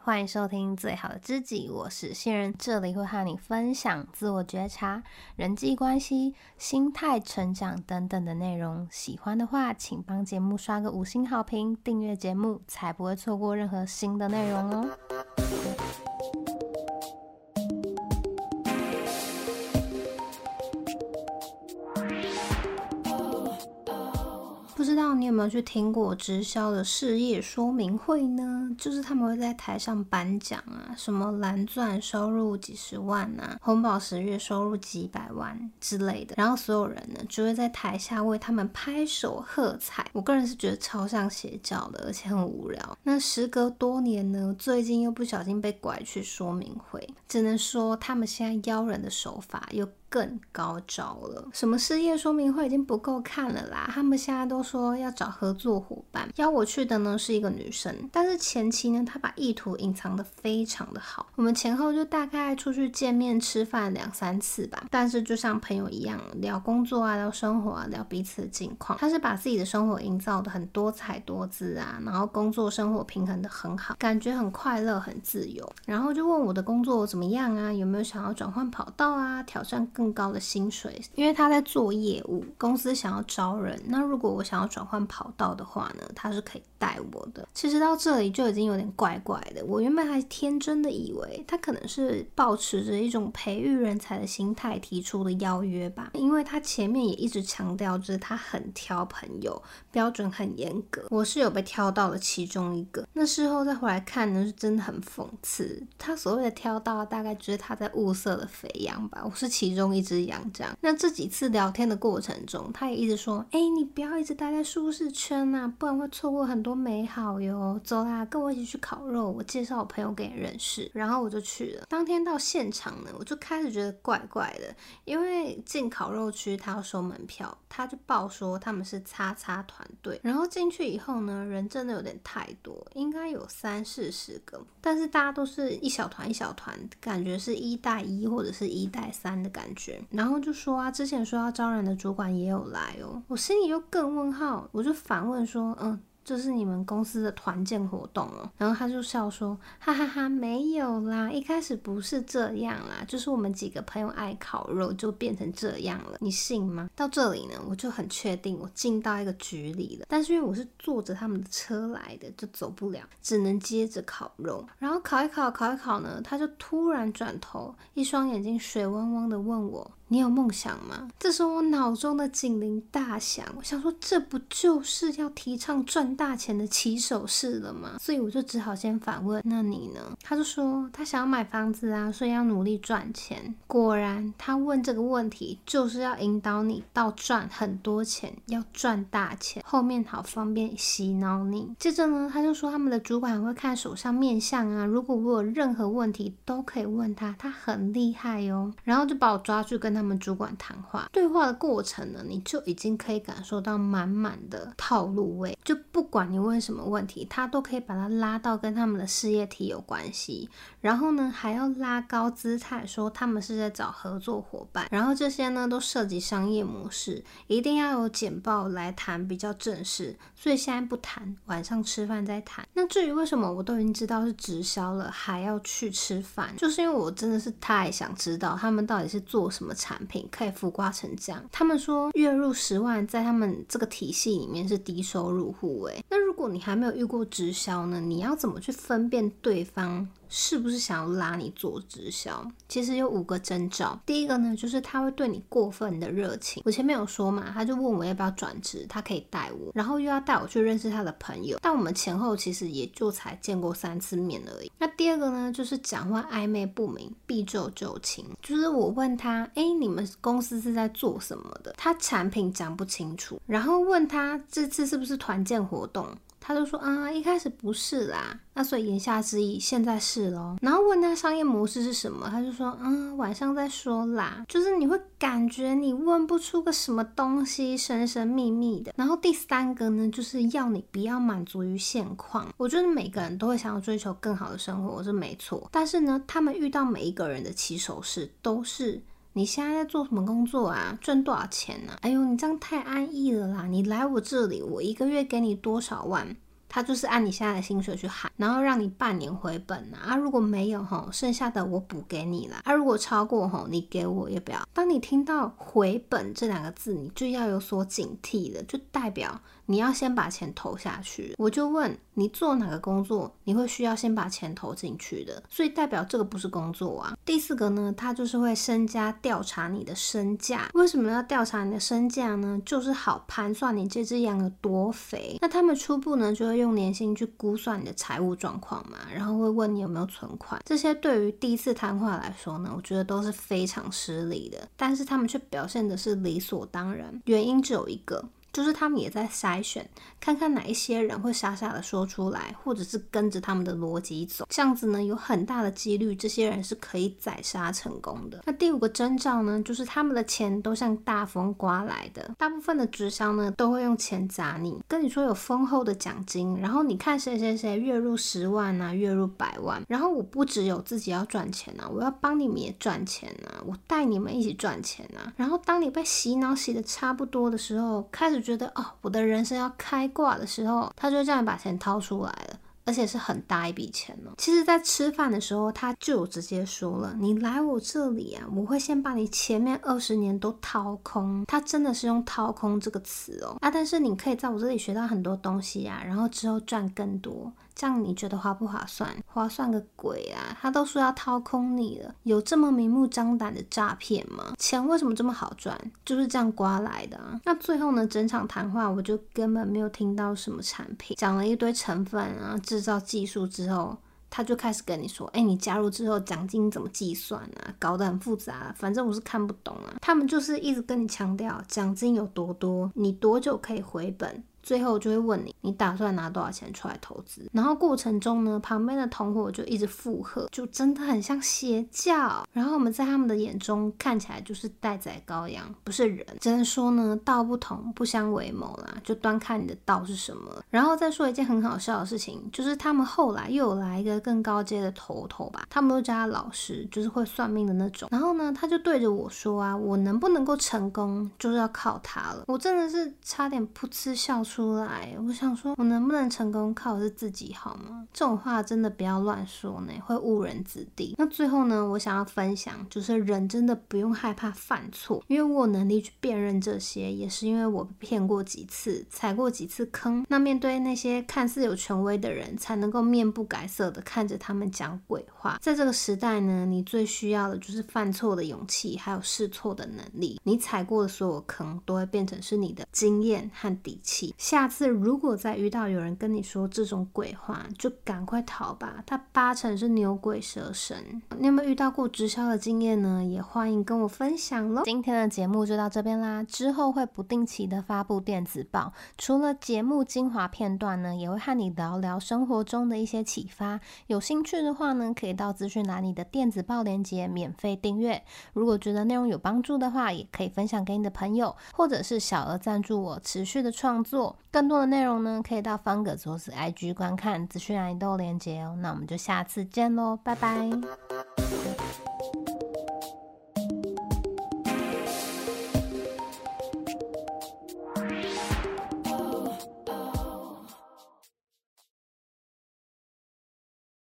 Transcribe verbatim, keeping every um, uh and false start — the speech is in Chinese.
欢迎收听最好的知己，我是新人，这里会和你分享自我觉察、人际关系、心态成长等等的内容。喜欢的话请帮节目刷个五星好评，订阅节目才不会错过任何新的内容哦。不知道你有没有去听过直销的事业说明会呢？就是他们会在台上颁奖啊，什么蓝钻收入几十万啊，红宝石月收入几百万之类的，然后所有人呢就会在台下为他们拍手喝彩。我个人是觉得超像邪教的，而且很无聊。那时隔多年呢，最近又不小心被拐去说明会，只能说他们现在邀人的手法又更高招了。什么事业说明会已经不够看了啦，他们现在都说要找合作伙伴。邀我去的呢是一个女生，但是前期呢她把意图隐藏得非常的好，我们前后就大概出去见面吃饭两三次吧，但是就像朋友一样聊工作啊，聊生活啊，聊彼此的近况。她是把自己的生活营造得很多彩多姿啊，然后工作生活平衡得很好，感觉很快乐很自由，然后就问我的工作怎么样啊，有没有想要转换跑道啊，挑战更更高的薪水。因为他在做业务，公司想要招人，那如果我想要转换跑道的话呢，他是可以带我的。其实到这里就已经有点怪怪的，我原本还天真的以为他可能是抱持着一种培育人才的心态提出的邀约吧，因为他前面也一直强调就是他很挑朋友，标准很严格，我是有被挑到了其中一个。那事后再回来看呢，是真的很讽刺，他所谓的挑到大概就是他在物色的肥羊吧，我是其中一只羊这样。那这几次聊天的过程中，他也一直说哎、欸，你不要一直待在舒适圈啊，不然会错过很多美好哟，走啦，跟我一起去烤肉，我介绍我朋友给你认识。然后我就去了。当天到现场呢，我就开始觉得怪怪的，因为进烤肉区他要收门票，他就报说他们是叉叉团队，然后进去以后呢，人真的有点太多，应该有三四十个，但是大家都是一小团一小团，感觉是一带一或者是一带三的感觉。然后就说啊，之前说要招人的主管也有来哦，我心里又更问号，我就反问说，嗯，这是你们公司的团建活动哦。然后他就笑说，哈哈哈，没有啦，一开始不是这样啦，就是我们几个朋友爱烤肉就变成这样了，你信吗？到这里呢，我就很确定我进到一个局里了，但是因为我是坐着他们的车来的，就走不了，只能接着烤肉。然后烤一烤烤一烤呢，他就突然转头，一双眼睛水汪汪的问我，你有梦想吗？这时候我脑中的警铃大响，我想说这不就是要提倡赚大钱的起手式了吗？所以我就只好先反问，那你呢？他就说他想要买房子啊，所以要努力赚钱。果然他问这个问题就是要引导你到赚很多钱，要赚大钱，后面好方便洗脑你。接着呢，他就说他们的主管会看手相面相啊，如果我有任何问题都可以问他，他很厉害哦。然后就把我抓去跟他们主管谈话。对话的过程呢，你就已经可以感受到满满的套路味，就不管你问什么问题，他都可以把它拉到跟他们的事业体有关系，然后呢还要拉高姿态说他们是在找合作伙伴，然后这些呢都涉及商业模式，一定要有简报来谈比较正式，所以现在不谈，晚上吃饭再谈。那至于为什么我都已经知道是直销了还要去吃饭，就是因为我真的是太想知道他们到底是做什么产品可以浮夸成这样。他们说月入十万在他们这个体系里面是低收入户欸，那如果你还没有遇过直销呢，你要怎么去分辨对方是不是想要拉你做直销？其实有五个征兆。第一个呢，就是他会对你过分的热情。我前面有说嘛，他就问我要不要转职，他可以带我，然后又要带我去认识他的朋友，但我们前后其实也就才见过三次面而已。那第二个呢，就是讲话暧昧不明，避重就轻。就是我问他，哎，你们公司是在做什么的？他产品讲不清楚，然后问他这次是不是团建活动？他就说啊，一开始不是啦，那所以言下之意现在是咯。然后问他商业模式是什么，他就说嗯，晚上再说啦。就是你会感觉你问不出个什么东西，神神秘秘的。然后第三个呢，就是要你不要满足于现况。我觉得每个人都会想要追求更好的生活，是没错，但是呢，他们遇到每一个人的起手式都是你现在在做什么工作啊？赚多少钱啊？哎呦，你这样太安逸了啦！你来我这里，我一个月给你多少万？ 他就是按你现在的薪水去喊，然后让你半年回本啊，啊如果没有吼，剩下的我补给你啦，啊如果超过吼，你给我也不要。当你听到回本这两个字，你就要有所警惕的，就代表你要先把钱投下去。我就问你做哪个工作你会需要先把钱投进去的，所以代表这个不是工作啊。第四个呢，他就是会身家调查你的身价。为什么要调查你的身价呢？就是好盘算你这只羊有多肥。那他们初步呢就会用年薪去估算你的财务状况嘛，然后会问你有没有存款。这些对于第一次谈话来说呢，我觉得都是非常失礼的，但是他们却表现的是理所当然。原因只有一个，就是他们也在筛选，看看哪一些人会傻傻的说出来，或者是跟着他们的逻辑走，这样子呢有很大的几率这些人是可以宰杀成功的。那第五个征兆呢，就是他们的钱都像大风刮来的。大部分的直销呢都会用钱砸你，跟你说有丰厚的奖金，然后你看谁谁谁月入十万啊，月入百万，然后我不只有自己要赚钱啊，我要帮你们也赚钱啊，我带你们一起赚钱啊。然后当你被洗脑洗的差不多的时候，开始觉得哦，我的人生要开挂的时候，他就这样把钱掏出来了，而且是很大一笔钱哦。其实在吃饭的时候他就有直接说了，你来我这里啊，我会先把你前面二十年都掏空。他真的是用掏空这个词哦啊，但是你可以在我这里学到很多东西啊，然后之后赚更多，这样你觉得划不划算？划算个鬼啊，他都说要掏空你了，有这么明目张胆的诈骗吗？钱为什么这么好赚？就是这样刮来的啊。那最后呢，整场谈话我就根本没有听到什么产品，讲了一堆成分啊制造技术之后，他就开始跟你说，哎、欸，你加入之后奖金怎么计算啊？搞得很复杂、啊，反正我是看不懂啊。他们就是一直跟你强调奖金有多多，你多久可以回本，最后就会问你，你打算拿多少钱出来投资？然后过程中呢，旁边的同伙就一直附和，就真的很像邪教。然后我们在他们的眼中看起来就是待宰羔羊，不是人。只能说呢，道不同不相为谋啦，就端看你的道是什么。然后再说一件很好笑的事情，就是他们后来又有来一个更高阶的头头吧，他们都叫他老师，就是会算命的那种。然后呢，他就对着我说啊，我能不能够成功，就是要靠他了。我真的是差点噗嗤笑出出来，我想说我能不能成功靠的是自己好吗？这种话真的不要乱说呢，会误人子弟。那最后呢，我想要分享就是人真的不用害怕犯错，因为我有能力去辨认这些，也是因为我被骗过几次，踩过几次坑。那面对那些看似有权威的人，才能够面不改色的看着他们讲鬼话。在这个时代呢，你最需要的就是犯错的勇气，还有试错的能力。你踩过的所有坑都会变成是你的经验和底气。下次如果再遇到有人跟你说这种鬼话，就赶快逃吧，他八成是牛鬼蛇神。你有没有遇到过直销的经验呢？也欢迎跟我分享咯。今天的节目就到这边啦，之后会不定期的发布电子报，除了节目精华片段呢，也会和你聊聊生活中的一些启发。有兴趣的话呢，可以到资讯栏里的电子报连结免费订阅。如果觉得内容有帮助的话，也可以分享给你的朋友，或者是小额赞助我持续的创作。更多的内容呢，可以到方格子或是 I G 观看，资讯栏都有连结哦。那我们就下次见咯，拜拜。